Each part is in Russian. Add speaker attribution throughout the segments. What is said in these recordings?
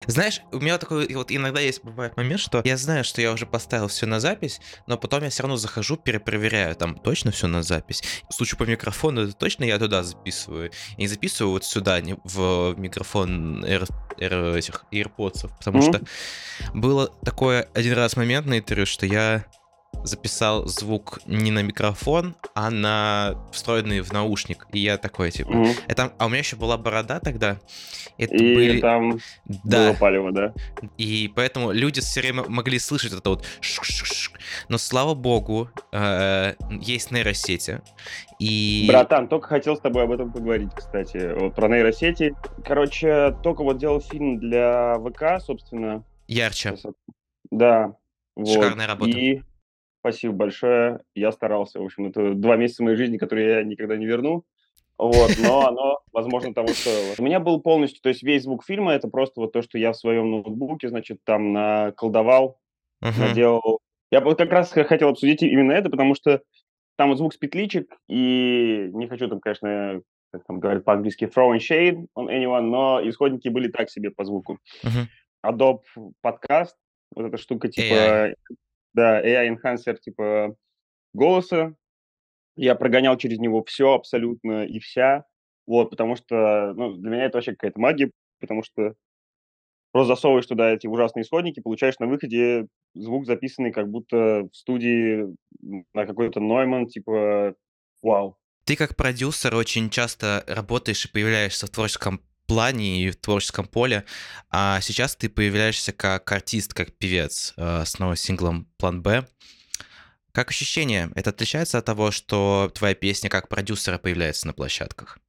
Speaker 1: Знаешь, у меня такой вот иногда есть бывает момент, что я знаю, что я уже поставил все на запись, но потом я все равно захожу, перепроверяю, там точно все на запись. Стучу по микрофону, это точно я туда записываю. И не записываю вот сюда, не в микрофон этих AirPods, потому что
Speaker 2: Мгм.
Speaker 1: было такое один раз момент на интервью, что я записал звук не на микрофон, а на встроенный в наушник. И я такой, типа,
Speaker 2: Мгм.
Speaker 1: а у меня еще была борода тогда. Это
Speaker 2: И
Speaker 1: были,
Speaker 2: там было
Speaker 1: да,
Speaker 2: палево, да?
Speaker 1: и поэтому люди все время могли слышать это вот шк-шк-шк. Но слава богу, есть нейросети. И
Speaker 2: Братан, только хотел с тобой об этом поговорить, кстати. Вот про нейросети. Короче, только вот делал фильм для ВК, собственно.
Speaker 1: ярче.
Speaker 2: Сейчас да, вот.
Speaker 1: Шикарная работа.
Speaker 2: И спасибо большое. Я старался. В общем, это 2 месяца моей жизни, которые я никогда не верну. Вот, но оно, возможно, того стоило. У меня был полностью, то есть весь звук фильма — это просто вот то, что я в своем ноутбуке, значит, там наколдовал,
Speaker 1: Мгм.
Speaker 2: наделал. Я вот как раз хотел обсудить именно это, потому что там вот звук с петличек, и не хочу там, конечно, как там говорят по-английски, throwing shade on anyone, но исходники были так себе по звуку.
Speaker 1: Мгм.
Speaker 2: Adobe Podcast, вот эта штука
Speaker 1: AI.
Speaker 2: типа, да, AI enhancer типа голоса. Я прогонял через него все абсолютно и вся. Вот, потому что, ну, для меня это вообще какая-то магия, потому что просто засовываешь туда эти ужасные исходники, получаешь на выходе звук, записанный как будто в студии, на какой-то Neumann, типа вау.
Speaker 1: Ты как продюсер очень часто работаешь и появляешься в творческом плане и в творческом поле, а сейчас ты появляешься как артист, как певец с новым синглом «План Б». Как ощущение? Это отличается от того, что твоя песня как продюсера появляется на площадках?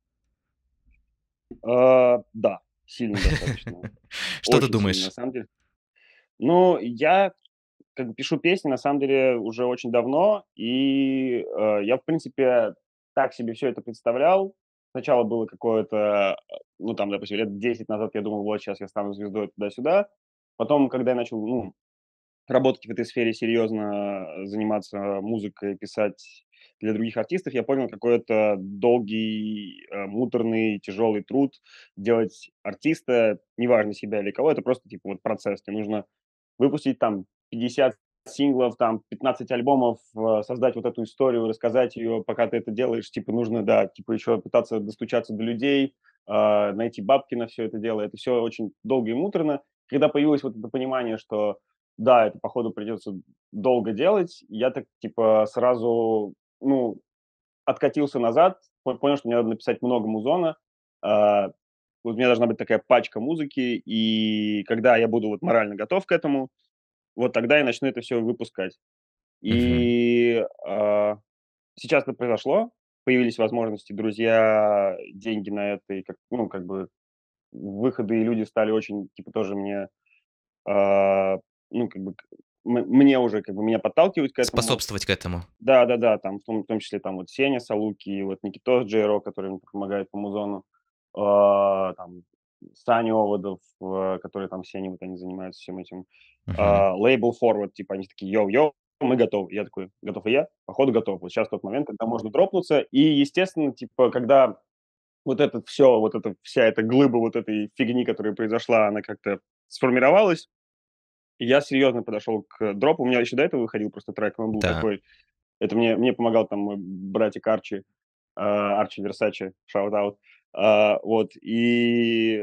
Speaker 2: Да, сильно достаточно.
Speaker 1: Что ты
Speaker 2: Очень сильно, на
Speaker 1: думаешь?
Speaker 2: самом деле. Ну, я как бы пишу песни, на самом деле, уже очень давно, и, я, в принципе, так себе все это представлял. Сначала было какое-то, ну, там, допустим, лет 10 назад я думал: "Вот сейчас я стану звездой туда-сюда". Потом, когда я начал, ну, работать в этой сфере серьезно, заниматься музыкой, писать для других артистов, я понял, какой это долгий, муторный, тяжелый труд делать артиста, неважно себя или кого, это просто типа вот процесс. Тебе нужно выпустить там 50 синглов, там 15 альбомов, создать вот эту историю, рассказать ее, пока ты это делаешь, типа нужно, да, типа еще пытаться достучаться до людей, найти бабки на все это дело. Это все очень долго и муторно. Когда появилось вот это понимание, что да, это походу придется долго делать, я так типа сразу, ну, откатился назад, понял, что мне надо написать много музона. А, вот у меня должна быть такая пачка музыки, и когда я буду вот морально готов к этому, вот тогда я начну это все выпускать.
Speaker 1: Мгм.
Speaker 2: И, сейчас это произошло, появились возможности, друзья, деньги на это, и как, ну, как бы выходы, и люди стали очень, типа, тоже мне, а, ну, как бы, мне уже, как бы, меня подталкивать к этому.
Speaker 1: Способствовать к этому.
Speaker 2: Да-да-да, там, в том числе, там, вот Сеня Салуки, и вот Никитос Джейро, который мне помогает по музону, там, Саня Оводов, который там с Сеней, вот они занимаются всем этим.
Speaker 1: Мгм.
Speaker 2: Label Forward, типа, они такие: "Йоу-йоу, мы готовы". Я такой: "Готов и я". Походу готов. Вот сейчас тот момент, когда можно дропнуться. И, естественно, типа, когда вот это все, вот эта вся эта глыба вот этой фигни, которая произошла, она как-то сформировалась, и я серьезно подошел к дропу. У меня еще до этого выходил просто трек, но он был
Speaker 1: Да.
Speaker 2: такой, это мне помогал там мой братик Арчи, Арчи Версачи, shout out. Вот, и,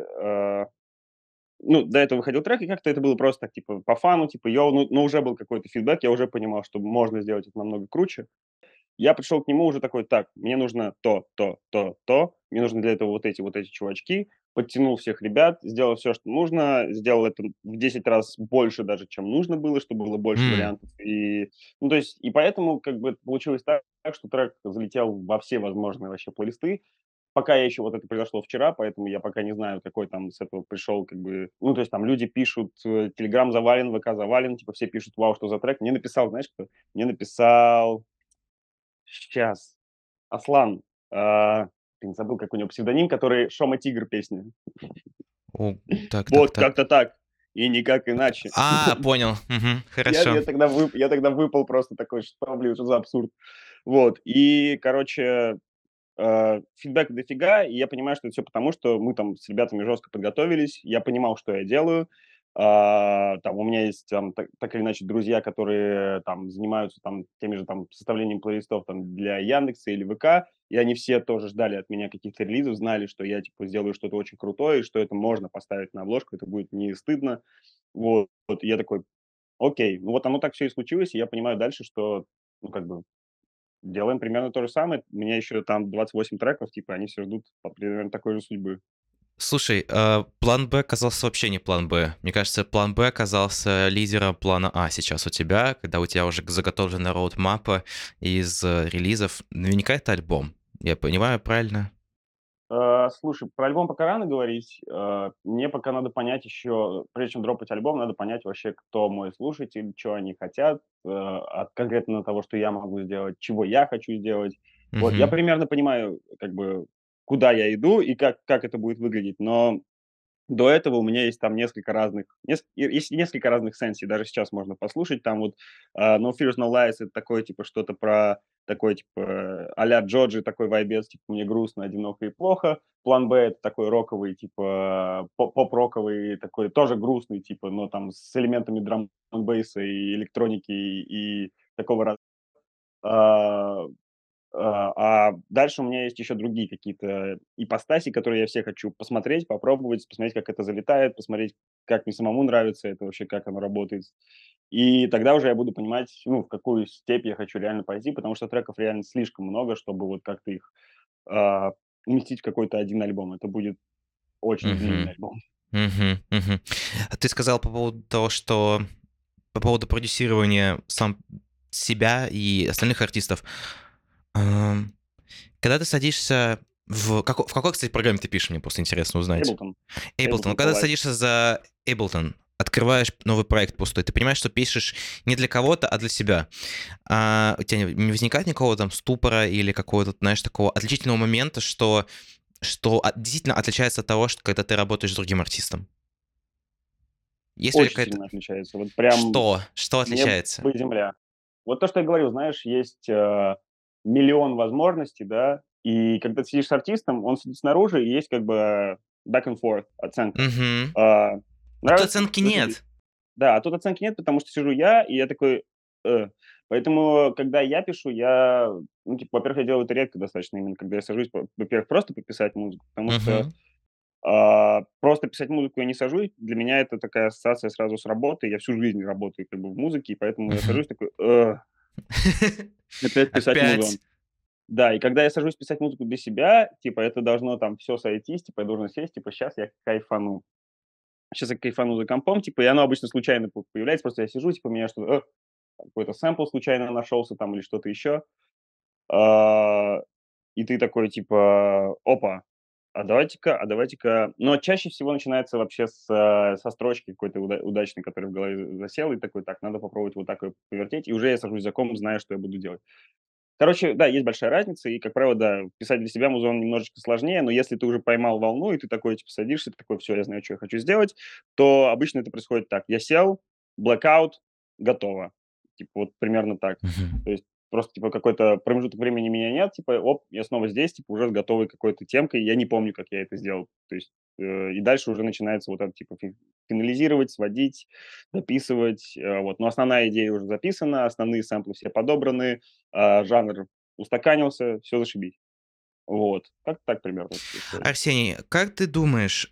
Speaker 2: ну, до этого выходил трек, и как-то это было просто так, типа, по фану, типа, йоу, ну, уже был какой-то фидбэк, я уже понимал, что можно сделать это намного круче. Я пришел к нему уже такой: "Так, мне нужно то, то, то, то, мне нужно для этого вот эти чувачки". Подтянул всех ребят, сделал все, что нужно, сделал это в 10 раз больше даже, чем нужно было, чтобы было больше
Speaker 1: М.
Speaker 2: вариантов. И, ну, то есть, и поэтому как бы получилось так, что трек залетел во все возможные вообще плейлисты. Пока я еще вот это произошло вчера, поэтому я пока не знаю, какой там с этого пришел как бы. Ну, то есть там люди пишут, "Телеграм завален", "ВК завален", типа все пишут: "Вау, что за трек?" Мне написал, знаешь кто? Мне написал сейчас Аслан, блин, забыл, как у него псевдоним, который "Шома Тигр" песня.
Speaker 1: О, так, так,
Speaker 2: Вот
Speaker 1: так.
Speaker 2: как-то так и никак иначе.
Speaker 1: Понял. Мгм.
Speaker 2: Я
Speaker 1: Хорошо.
Speaker 2: я тогда выпал просто такой: "Что, блин, что за абсурд?" Вот, и, короче, фидбэка дофига, и я понимаю, что это все потому, что мы там с ребятами жестко подготовились. Я понимал, что я делаю. Там у меня есть там так или иначе друзья, которые там занимаются там теми же там составлением плейлистов там для Яндекса или ВК, и они все тоже ждали от меня каких-то релизов, знали, что я типа сделаю что-то очень крутое, и что это можно поставить на обложку, это будет не стыдно. Вот, и я такой: "Окей". Ну, вот оно так все и случилось, и я понимаю дальше, что, ну, как бы делаем примерно то же самое. У меня еще там 28 треков, типа, они все ждут примерно такой же судьбы.
Speaker 1: Слушай, план Б оказался вообще не план Б. Мне кажется, план Б оказался лидером плана А сейчас у тебя, когда у тебя уже заготовлена роудмапа из релизов. Наверняка это альбом. Я понимаю правильно?
Speaker 2: Слушай, про альбом пока рано говорить. Мне пока надо понять еще, прежде чем дропать альбом, надо понять вообще, кто мой слушатель, чё они хотят, от конкретно того, что я могу сделать, чего я хочу сделать. Вот, я
Speaker 1: Мгм.
Speaker 2: примерно понимаю, как бы, куда я иду и как это будет выглядеть, но до этого у меня есть там несколько разных, есть несколько разных сенсей, даже сейчас можно послушать. Там вот No Fears, No Lies — это такое, типа, что-то про такой, типа, а-ля Джорджи, такой вайбец, типа, мне грустно, одиноко и плохо. План Б — это такой роковый, типа, поп-роковый, такой тоже грустный, типа, но там с элементами драм-н-бейса и электроники и такого раза. Дальше у меня есть еще другие какие-то ипостаси, которые я все хочу посмотреть, попробовать, посмотреть, как это залетает, посмотреть, как мне самому нравится это вообще, как оно работает. И тогда уже я буду понимать, ну, в какую степь я хочу реально пойти, потому что треков реально слишком много, чтобы вот как-то их а, уместить в какой-то один альбом. Это будет очень длинный
Speaker 1: Мгм.
Speaker 2: альбом.
Speaker 1: Мгм. Мгм. А ты сказал по поводу того, что по поводу продюсирования сам себя и остальных артистов. Ам, Когда ты садишься в какой, кстати, программе ты пишешь, мне просто интересно узнать.
Speaker 2: Ableton.
Speaker 1: Ableton.
Speaker 2: Ableton
Speaker 1: Когда
Speaker 2: Pro
Speaker 1: ты
Speaker 2: Live.
Speaker 1: садишься за Ableton, открываешь новый проект пустой, ты понимаешь, что пишешь не для кого-то, а для себя. У тебя не возникает никакого там ступора или какого-то, знаешь, такого отличительного момента, что действительно отличается от того, что когда ты работаешь с другим артистом? Есть ли
Speaker 2: Очень
Speaker 1: какая-то...
Speaker 2: сильно отличается. Вот прям
Speaker 1: Что? Что
Speaker 2: небо
Speaker 1: отличается?
Speaker 2: и земля. Вот то, что я говорил, знаешь, есть, миллион возможностей, да, и когда ты сидишь с артистом, он сидит снаружи, и есть как бы back and forth, оценка.
Speaker 1: Мгм.
Speaker 2: А,
Speaker 1: А тут
Speaker 2: Нравится,
Speaker 1: оценки
Speaker 2: зашибись.
Speaker 1: нет.
Speaker 2: Да, а тут оценки нет, потому что сижу я, и я такой: "Э". Поэтому, когда я пишу, ну, типа, во-первых, я делаю это редко достаточно, именно когда я сажусь, во-первых, просто пописать музыку, потому что
Speaker 1: Мгм.
Speaker 2: просто писать музыку я не сажусь. Для меня это такая ассоциация сразу с работой. Я всю жизнь работаю как бы в музыке, и поэтому я
Speaker 1: Мгм.
Speaker 2: сажусь такой: опять писать музон".
Speaker 1: Опять.
Speaker 2: Да, и когда я сажусь писать музыку для себя, типа, это должно там все сойтись, типа, я должен сесть, типа, сейчас я кайфану. Сейчас я кайфану за компом, типа, и оно обычно случайно появляется. Просто я сижу, типа, у меня что-то, какой-то сэмпл случайно нашелся там или что-то еще. А, и ты такой типа: "Опа, а давайте-ка". Но чаще всего начинается вообще со строчки какой-то удачной, которая в голове засела, и такой: "Так, надо попробовать вот так её повертеть". И уже я сажусь за комп, зная, что я буду делать. Короче, да, есть большая разница, и, как правило, да, писать для себя музон немножечко сложнее, но если ты уже поймал волну, и ты такой, типа, садишься, ты такой: "Все, я знаю, что я хочу сделать", то обычно это происходит так: я сел, blackout, готово. Типа вот примерно так.
Speaker 1: Мгм.
Speaker 2: То есть просто, типа, какой-то промежуток времени меня нет, типа, оп, я снова здесь, типа, уже с готовой какой-то темкой, я не помню, как я это сделал. То есть, и дальше уже начинается вот это, типа, финализировать, сводить, дописывать, вот. Но основная идея уже записана, основные сэмплы все подобраны, жанр устаканился, все зашибись. Вот. Как так примерно это происходит.
Speaker 1: Арсений, как ты думаешь,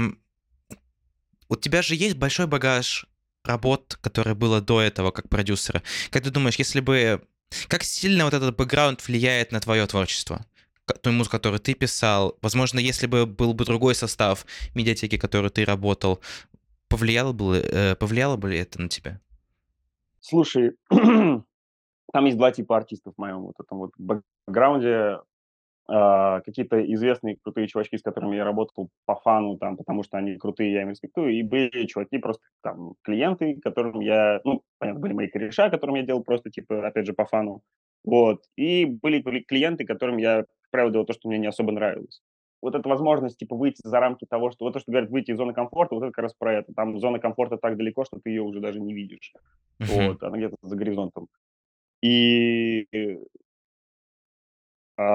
Speaker 1: у тебя же есть большой багаж работ, которое было до этого как продюсера. Как ты думаешь, если бы... Как сильно вот этот бэкграунд влияет на твое творчество? Ту музыку, которую ты писал. Возможно, если бы был бы другой состав медиатеки, который ты работал, повлияло бы ли это на тебя?
Speaker 2: Слушай, там есть 2 типа артистов в моем вот этом вот бэкграунде. Какие-то известные крутые чувачки, с которыми я работал по фану, там, потому что они крутые, я им респектую, и были чуваки просто там клиенты, которым я, ну, понятно, были мои кореша, которым я делал просто, типа, опять же, по фану. Вот. И были клиенты, которым я, как правило, делал то, что мне не особо нравилось. Вот эта возможность, типа, выйти за рамки того, что вот то, что говорят, выйти из зоны комфорта, вот это как раз про это. Там зона комфорта так далеко, что ты ее уже даже не видишь.
Speaker 1: Мгм.
Speaker 2: Вот, она где-то за горизонтом. И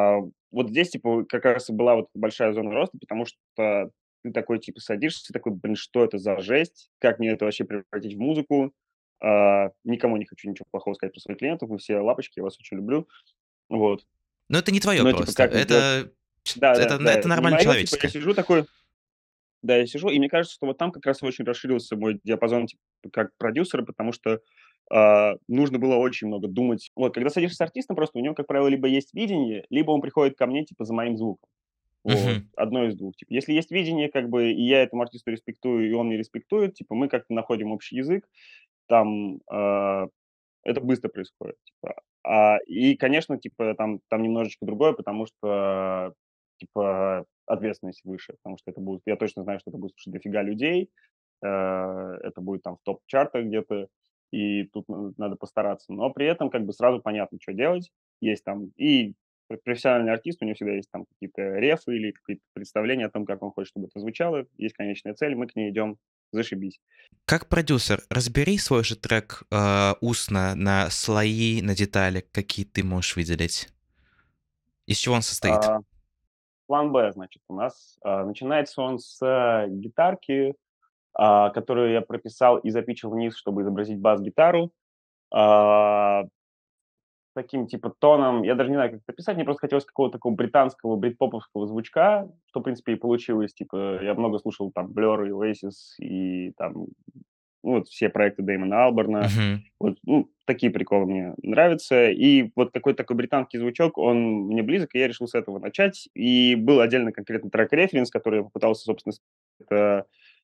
Speaker 2: вот здесь, типа, как раз и была вот большая зона роста, потому что ты такой, типа, садишься, такой: "Блин, что это за жесть? Как мне это вообще превратить в музыку?" Никому не хочу ничего плохого сказать про своих клиентов. Вы все лапочки, я вас очень люблю. Вот.
Speaker 1: Но это не твое
Speaker 2: Но, типа,
Speaker 1: просто.
Speaker 2: как сделать.
Speaker 1: Это
Speaker 2: Да-да-да,
Speaker 1: это
Speaker 2: это не
Speaker 1: нормально
Speaker 2: мое, типа, я
Speaker 1: человеческое.
Speaker 2: сижу такой, да, я сижу, и мне кажется, что вот там как раз очень расширился мой диапазон, типа, как продюсера, потому что, нужно было очень много думать. Вот, когда садишься с артистом, просто у него, как правило, либо есть видение, либо он приходит ко мне, типа, за моим звуком. Вот,
Speaker 1: Мгм.
Speaker 2: одно из двух. Типа, если есть видение, как бы, и я этому артисту респектую, и он меня респектует, типа, мы как-то находим общий язык, там, это быстро происходит, типа. И, конечно, типа, там немножечко другое, потому что, типа, ответственность выше, потому что это будет, я точно знаю, что это будет слушать дофига людей, это будет там в топ-чартах где-то, и тут надо постараться. Но при этом как бы сразу понятно, что делать. Есть там и профессиональный артист, у него всегда есть там какие-то рефы или какие-то представления о том, как он хочет, чтобы это звучало. Есть конечная цель, мы к ней идем, зашибись.
Speaker 1: Как продюсер, разбери свой же трек, устно на слои, на детали, какие ты можешь выделить. Из чего он состоит?
Speaker 2: А, План Б, значит, у нас. Начинается он с гитарки, которую я прописал и запичил вниз, чтобы изобразить бас-гитару. А, Таким типа тоном, я даже не знаю, как это писать, мне просто хотелось какого-то такого британского брит-поповского звучка, что, в принципе, и получилось. Типа, я много слушал там Blur и Oasis, и там, ну, вот все проекты Дэймона Алберна.
Speaker 1: Мгм.
Speaker 2: Вот, ну, такие приколы мне нравятся. И вот какой-то такой британский звучок, он мне близок, и я решил с этого начать. И был отдельно конкретно трек-референс, который я попытался, собственно, это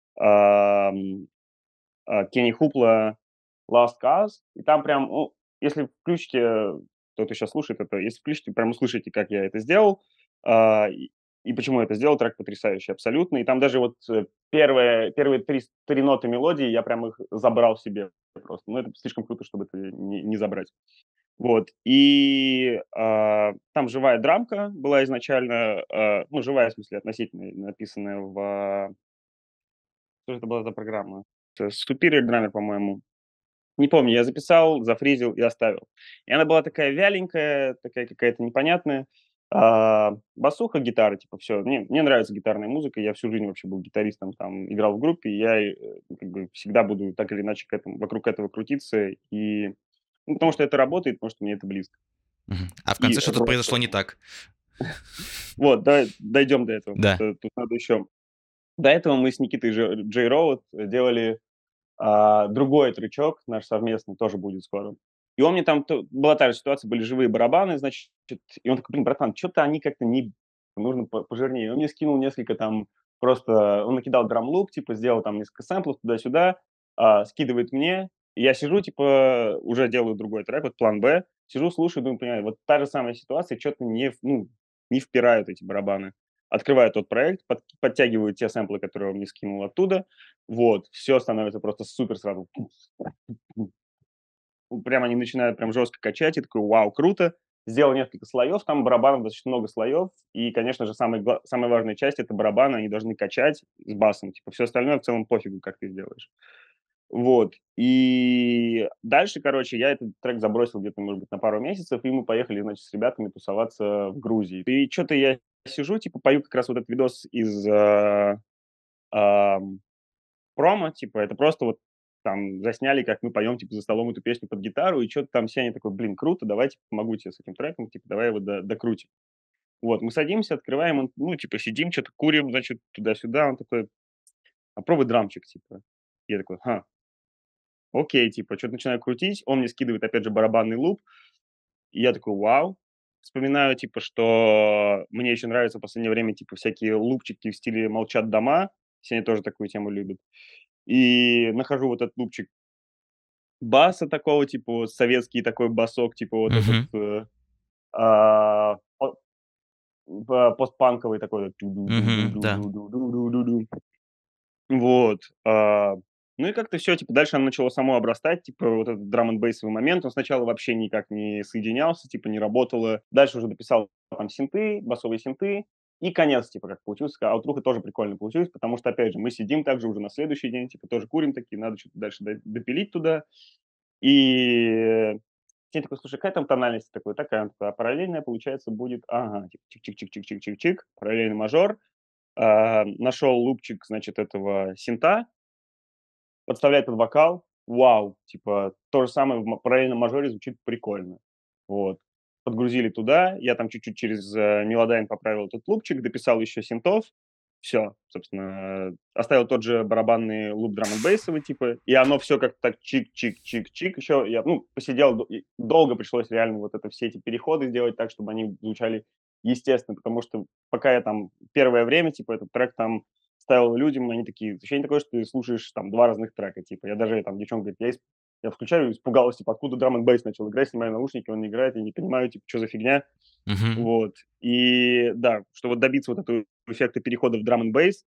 Speaker 2: Кенни Хупла "Last Cause", и там прям, ну, если включите, кто-то сейчас слушает это, если включите, прям услышите, как я это сделал, и почему я это сделал. Трек потрясающий абсолютно. И там даже вот, первые 3 ноты мелодии я прям их забрал себе просто. Ну, это слишком круто, чтобы это не забрать. Вот, и, там живая драмка была изначально, ну, живая, в смысле, относительно написанная что же это была за программа? Superior Drummer, по-моему. Не помню, я записал, зафризил и оставил. И она была такая вяленькая, такая какая-то непонятная. Басуха, гитара, типа, все. Мне нравится гитарная музыка, я всю жизнь вообще был гитаристом, там, играл в группе, и я, как бы всегда буду так или иначе вокруг этого крутиться, и, ну, потому что это работает, потому что мне это близко.
Speaker 1: Мгм. А в
Speaker 2: И
Speaker 1: конце что-то
Speaker 2: роста.
Speaker 1: произошло не так.
Speaker 2: Вот, давай дойдем до этого, потому
Speaker 1: Да.
Speaker 2: что тут надо еще. До этого мы с Никитой Джей Роуд делали другой трючок наш совместный тоже будет скоро. И он мне там была та же ситуация, были живые барабаны, значит, и он такой: "Блин, братан, что то они как-то не нужно пожирнее". Он мне скинул несколько там, просто он накидал драм-луп, типа сделал там несколько сэмплов туда-сюда, скидывает мне. И я сижу, типа, уже делаю другой трек, вот план Б, сижу, слушаю, думаю, понимаю, вот та же самая ситуация, что то ну, не впирают эти барабаны. Открываю тот проект, подтягиваю те сэмплы, которые он мне скинул оттуда, вот, все становится просто супер сразу. Прям они начинают прям жестко качать, и такой: "Вау, круто". Сделал несколько слоев, там барабанов достаточно много слоев. И, конечно же, самая важная часть — это барабаны, они должны качать с басом. Типа все остальное в целом пофигу, как ты сделаешь. Вот. И дальше, короче, я этот трек забросил где-то, может быть, на пару месяцев, и мы поехали, значит, с ребятами тусоваться в Грузии. И что то я сижу, типа, пою как раз вот этот видос из, ам промо, типа, это просто вот там засняли, как мы поем, типа, за столом эту песню под гитару, и что то там Сеня такой: "Блин, круто, давайте помогу тебе с этим треком, типа, давай его докрутим". Вот, мы садимся, открываем, он, ну, типа, сидим, что то курим, значит, туда-сюда. Он такой: "Попробуй драмчик", типа. Я такой: "Ха, окей", типа, что то начинаю крутить, он мне скидывает опять же барабанный луп, и я такой: "Вау". Вспоминаю, типа, что мне еще нравятся в последнее время, типа, всякие лупчики в стиле "Молчат дома". Сеня тоже такую тему любит. И нахожу вот этот лупчик баса такого, типа, вот советский такой басок, типа вот этот,
Speaker 1: Мгм.
Speaker 2: а, по постпанковый такой вот
Speaker 1: Мгм. Да.
Speaker 2: ту-ду-ду-ду-ду-ду-ду-ду-ду. Вот, ну и как-то все, типа, дальше оно начало само обрастать, типа, вот этот драм н бейсовый момент. Он сначала вообще никак не соединялся, типа, не работало. Дальше уже дописал там синты, басовые синты, и конец, типа, как получился. Аутруха тоже прикольно получилось, потому что, опять же, мы сидим также уже на следующий день, типа, тоже курим такие, надо что то дальше допилить туда. И Тень такой: "Слушай, какая там тональность?" Такой: "Такая". Он такой: "А параллельная, получается, будет". Ага, типа чик-чик-чик-чик-чик-чик-чик, параллельный мажор. Нашел лупчик, значит, этого синта, подставляет под вокал. Вау! Типа то же самое в параллельном мажоре звучит прикольно. Вот. Подгрузили туда, я там чуть-чуть через, мелодайн поправил этот лупчик, дописал еще синтов. Все, собственно, оставил тот же барабанный луп драм энд бейсовый, типа, и оно все как-то так чик-чик-чик-чик. Еще я, ну, посидел, и долго пришлось реально вот это все эти переходы сделать так, чтобы они звучали естественно, потому что пока я там первое время, типа, этот трек там ставил людям, они такие, ощущение такое, что ты слушаешь там 2 разных трека, типа. Я даже там девчонка говорит: "Я включаю, испугалась, типа, откуда драм энд бейс начал играть, снимаю наушники, он не играет, я не понимаю, типа, что за фигня".
Speaker 1: Мгм.
Speaker 2: Вот. И да, чтобы добиться вот этого эффекта перехода в драм энд бейс,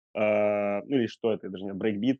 Speaker 2: ну или что это даже не брейкбит,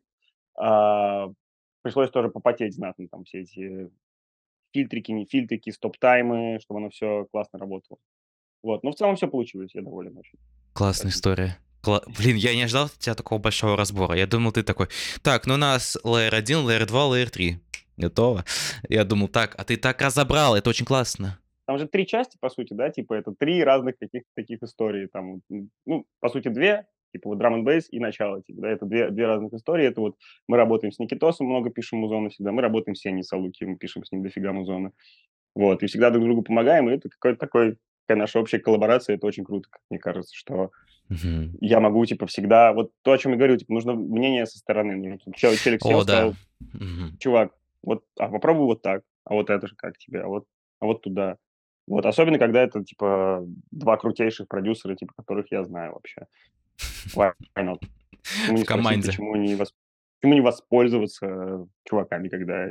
Speaker 2: а, пришлось тоже попотеть знатно, там все эти фильтрики, не фильтрики, стоп-таймы, чтобы оно все классно работало. Вот, но в целом все получилось, я доволен очень.
Speaker 1: Классная
Speaker 2: Спасибо.
Speaker 1: история. Блин, я не ожидал от тебя такого большого разбора. Я думал, ты такой: "Так, ну у нас layer 1, layer 2, layer 3. Готово". Я думал: "Так, а ты так разобрал, это очень классно".
Speaker 2: Там же 3 части, по сути, да, типа это 3 разных каких-то таких истории. Там, ну, по сути, 2 типа вот Drum and Bass и начало, типа, да, это две разных истории. Это вот мы работаем с Никитосом, много пишем музона всегда, мы работаем с Сеней Салуки, мы пишем с ним дофига музона. Вот, и всегда друг другу помогаем, и это какой-то такая наша общая коллаборация, это очень круто, как мне кажется, что
Speaker 1: Мгм.
Speaker 2: я могу, типа, всегда, вот то, о чем я говорю, типа, нужно мнение со стороны, нужно, чтобы челик сел,
Speaker 1: О да.
Speaker 2: сказал:
Speaker 1: Мгм.
Speaker 2: "Чувак, вот, попробуй вот так, а вот это же как тебе, а вот туда". Вот, особенно когда это, типа, 2 крутейших продюсера, типа, которых я знаю вообще. Why not? Почему
Speaker 1: В
Speaker 2: не спросить,
Speaker 1: команде.
Speaker 2: почему не воспользоваться чуваками,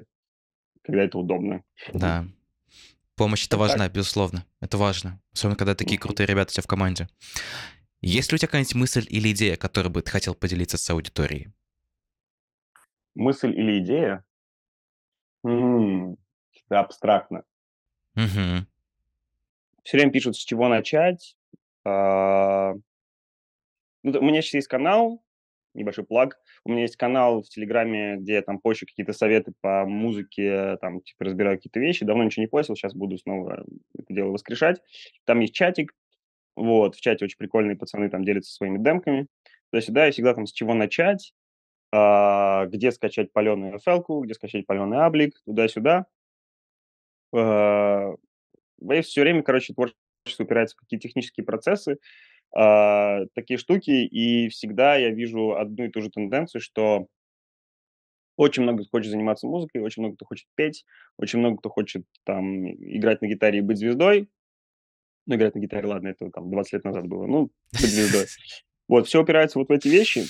Speaker 2: когда это удобно?
Speaker 1: Да. Помощь — это
Speaker 2: Как так.
Speaker 1: важна, безусловно. Это важно. Особенно, когда такие
Speaker 2: Мгм.
Speaker 1: крутые ребята у тебя в команде. Есть ли у тебя какая-нибудь мысль или идея, которой бы ты хотел поделиться с аудиторией?
Speaker 2: Мысль или идея? Это абстрактно.
Speaker 1: Мгм.
Speaker 2: Все время пишут, с чего начать. А, ну, у меня сейчас есть канал, небольшой плаг. У меня есть канал в Телеграме, где я там пощу какие-то советы по музыке, там, типа, разбираю какие-то вещи. Давно ничего не постил, сейчас буду снова это дело воскрешать. Там есть чатик, вот, в чате очень прикольные пацаны там делятся своими демками. Туда-сюда, и всегда там с чего начать, где скачать паленую FL-ку, где скачать паленый аблик, туда-сюда. Все время, короче, творчество упирается в какие-то технические процессы, такие штуки, и всегда я вижу одну и ту же тенденцию, что очень много кто хочет заниматься музыкой, очень много кто хочет петь, очень много кто хочет там играть на гитаре и быть звездой. Ну, играть на гитаре, ладно, это там 20 лет назад было. Ну, быть звездой. Вот, все упирается вот в эти вещи,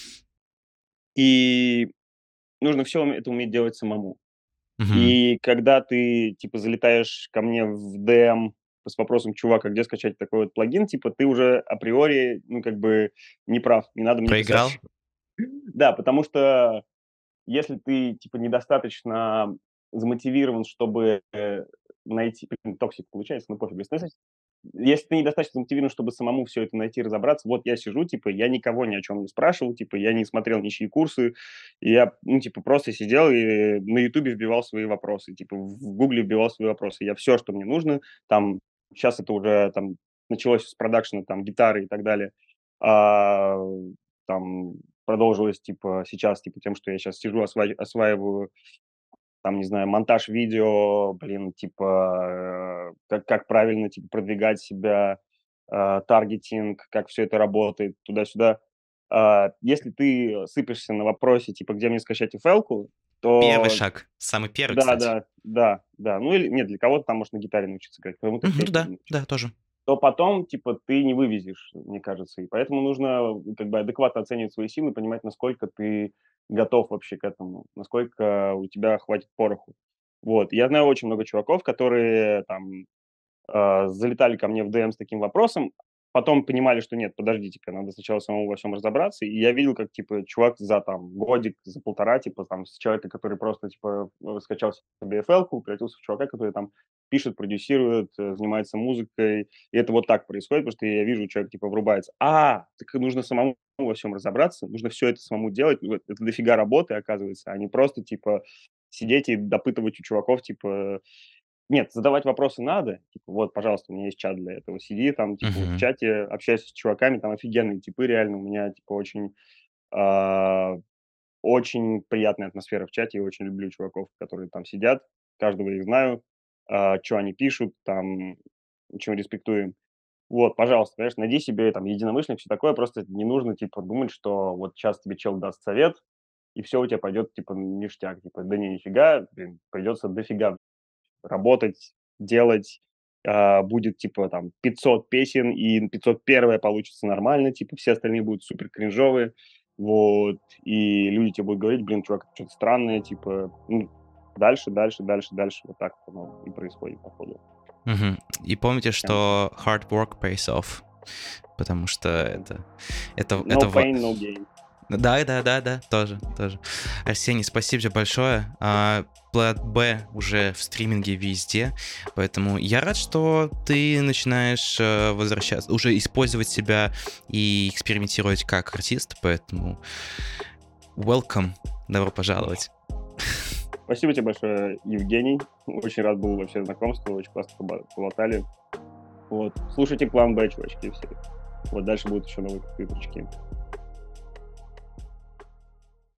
Speaker 2: и нужно все это уметь делать самому.
Speaker 1: Мгм.
Speaker 2: И когда ты, типа, залетаешь ко мне в ДМ с вопросом: "Чувак, а где скачать такой вот плагин?" Типа, ты уже априори, ну, как бы не прав, не надо мне писать.
Speaker 1: Проиграл?
Speaker 2: Да, потому что если ты, типа, недостаточно замотивирован, чтобы, найти блин, токсик получается, ну пофиг. Если ты недостаточно мотивирован, чтобы самому все это найти, разобраться, вот я сижу, типа, я никого ни о чем не спрашивал, типа, я не смотрел ничьи курсы, и я, ну, типа, просто сидел и на "Ютубе" вбивал свои вопросы, типа, в "Гугле" вбивал свои вопросы. Я все, что мне нужно, там, сейчас это уже там началось с продакшена, там, гитары и так далее, а, там продолжилось, типа, сейчас, типа, тем, что я сейчас сижу, осваиваю там, не знаю, монтаж видео, блин, типа, как правильно, типа, продвигать себя, таргетинг, как все это работает, туда-сюда. Если ты сыпешься на вопросе, типа, где мне скачать FL-ку,
Speaker 1: Первый
Speaker 2: то
Speaker 1: шаг. Самый первый,
Speaker 2: да,
Speaker 1: кстати.
Speaker 2: да, да, да. Ну или нет, для кого-то там можно на гитаре научиться играть, кому-то
Speaker 1: Мгм. Ну
Speaker 2: петь нужно
Speaker 1: да,
Speaker 2: научиться.
Speaker 1: да, тоже.
Speaker 2: То потом, типа, ты не вывезешь, мне кажется. И поэтому нужно как бы адекватно оценивать свои силы, понимать, насколько ты готов вообще к этому, насколько у тебя хватит пороху. Вот. Я знаю очень много чуваков, которые там залетали ко мне в ДМ с таким вопросом, потом понимали, что нет, подождите-ка, надо сначала самому во всем разобраться. И я видел, как, типа, чувак за там годик, за полтора, типа, там, с человека, который просто, типа, скачал себе FL-ку, превратился в чувака, который там пишет, продюсирует, занимается музыкой. И это вот так происходит, потому что я вижу, человек, типа, врубается. Так нужно самому во всем разобраться, нужно все это самому делать. Вот это дофига работы, оказывается, а не просто, типа, сидеть и допытывать у чуваков, типа, Нет, задавать вопросы надо. Типа, вот, пожалуйста, у меня есть чат для этого. Сиди там, типа, вот в
Speaker 1: Мгм.
Speaker 2: чате, общайся с чуваками, там офигенные типы реально. У меня, типа, а, очень приятная атмосфера в чате. Я очень люблю чуваков, которые там сидят. Каждого их знаю, что они пишут, там, очень респектуем. Вот, пожалуйста, конечно, найди себе там единомышленник, все такое. Просто не нужно, типа, думать, что вот сейчас тебе чел даст совет, и все у тебя пойдет, типа, ништяк. Типа, да не, нифига, блин, придется дофига работать, делать. Будет, типа, там, 500 песен, и 501 получится нормально, типа, все остальные будут супер кринжовые. Вот, и люди тебе будут говорить: "Блин, чувак, это что-то странное", типа, ну, дальше, дальше, дальше, дальше. Вот так вот оно и происходит, походу.
Speaker 1: Мгм. И помните,
Speaker 2: Прям
Speaker 1: что hard work pays off, потому что это,
Speaker 2: no
Speaker 1: это, ва-
Speaker 2: pain, no gain.
Speaker 1: Да, да, да, да, тоже, тоже. Арсений, спасибо тебе большое. План Б уже в стриминге везде, поэтому я рад, что ты начинаешь возвращаться, уже использовать себя и экспериментировать как артист, поэтому welcome, добро пожаловать.
Speaker 2: Спасибо тебе большое, Евгений. Очень рад был вообще знакомству, очень классно поболтали. Вот. Слушайте план Б, чувачки, все. Вот дальше будут еще новые выпучки.